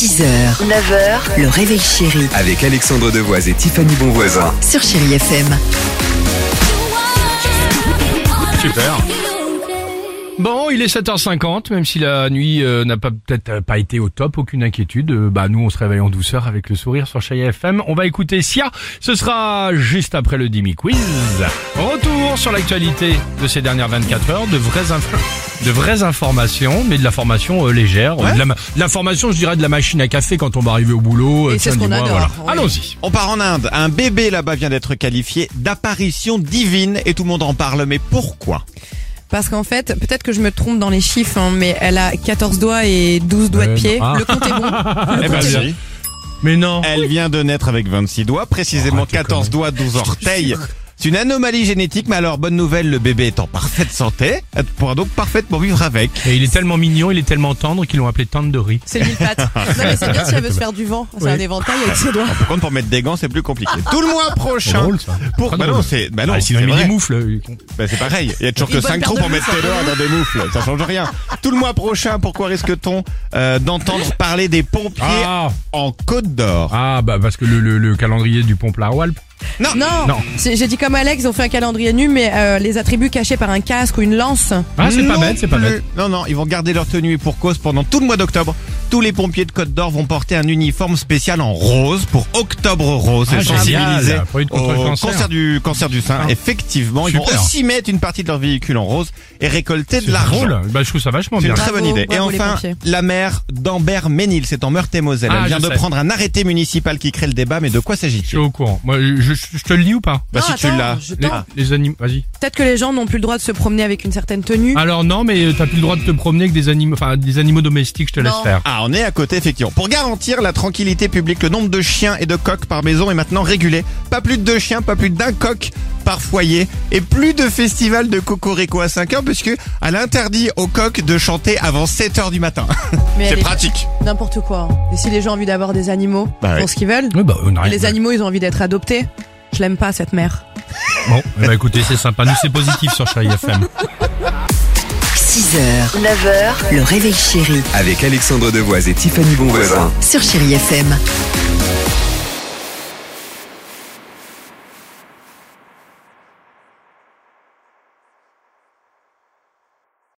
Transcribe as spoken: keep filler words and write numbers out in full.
six heures, neuf heures, le réveil chéri Avec Alexandre Devoise et Tiffany Bonvoisin. sur Chéri F M. Super. Bon, il est sept heures cinquante, même si la nuit euh, n'a pas peut-être euh, pas été au top, aucune inquiétude. Euh, bah nous, on se réveille en douceur avec le sourire sur Chéri F M. On va écouter Sia. Ce sera juste après le Dimi Quiz. Retour sur l'actualité de ces dernières vingt-quatre heures, de vraies infos. De vraies informations, mais de l'information euh, légère. Ouais. De la ma- de l'information, je dirais, de la machine à café quand on va arriver au boulot. Et euh, c'est ce tiens, qu'on dis-moi, adore, voilà. oui. Allons-y. On part en Inde. Un bébé là-bas vient d'être qualifié d'apparition divine et tout le monde en parle. Mais pourquoi ? Parce qu'en fait, peut-être que je me trompe dans les chiffres, hein, mais elle a quatorze doigts et douze doigts Euh, de pied. non. Ah. Le compte est bon. Le Eh ben, compte est bon. si. Mais non. Elle vient de naître avec vingt-six doigts, précisément Oh, tu quatorze doigts, douze orteils. C'est une anomalie génétique, mais alors bonne nouvelle, le bébé est en parfaite santé. Elle pourra donc parfaitement vivre avec. Et il est tellement mignon, il est tellement tendre qu'ils l'ont appelé tendre de riz. C'est le mille pattes. Non mais c'est bien si elle veut se faire du vent. C'est Oui. un éventail avec ses doigts. Par contre, pour mettre des gants, c'est plus compliqué. Tout le mois C'est prochain. drôle ça. Pour, Très bah drôle. non, c'est, bah non, Ah, c'est sinon il met vrai. des moufles. Bah c'est pareil. Il y a toujours que Une bonne cinq paire trous de pour mettre moufles, tes doigts dans des moufles. Ça change rien. Tout le mois prochain, pourquoi risque-t-on euh, d'entendre parler des pompiers Ah, en Côte d'Or? ah bah parce que le, le, le calendrier du Pont-Pla-Walp. Non. Non, Non. C'est- j'ai dit comme Alex, ils ont fait un calendrier nu, mais euh, les attributs cachés par un casque ou une lance. Ah c'est pas Non bête, c'est pas plus. bête. Non, non, ils vont garder leur tenue et pour cause pendant tout le mois d'octobre. Tous les pompiers de Côte d'Or vont porter un uniforme spécial en rose pour Octobre Rose. Ah, et sensibiliser génial. Pour lutte contre le au cancer. cancer du, cancer du sein. Ah. Effectivement, ils vont Super. aussi mettre une partie de leur véhicule en rose et récolter de C'est l'argent. drôle. Bah je trouve ça vachement C'est bien. une très Bravo, bonne idée. bravo et les enfin, pompiers. la maire d'Ambert Ménil, c'est en Meurthe-et-Moselle. Ah, Elle vient je de sais. prendre un arrêté municipal qui crée le débat, mais de quoi Je suis s'agit-il? au courant. Moi je, je, je te le lis ou pas? Bah Non, si tu attends, l'as. je Les, tente. les animaux, vas-y. Peut-être que les gens n'ont plus le droit de se promener avec une certaine tenue. Alors non, mais t'as plus le droit de te promener avec des animaux, enfin des animaux domestiques, je te laisse Non. faire. Ah, on est à côté, effectivement. Pour garantir la tranquillité publique, le nombre de chiens et de coqs par maison est maintenant régulé. Pas plus de deux chiens, pas plus d'un coq par foyer. Et plus de festival de cocorico à cinq heures, puisque elle interdit aux coqs de chanter avant sept heures du matin. Mais C'est elle est- pratique. N'importe quoi. Et si les gens ont envie d'avoir des animaux, Bah ils oui. font ce qu'ils veulent. Oui, bah on Et arrive. les animaux, ils ont envie d'être adoptés. Je l'aime pas, cette mère. Bon, eh bah écoutez, c'est sympa. Nous c'est positif sur Chéri F M. six heures, neuf heures, le réveil chéri Avec Alexandre Devoise et Tiffany Bonvoisin. sur Chéri F M.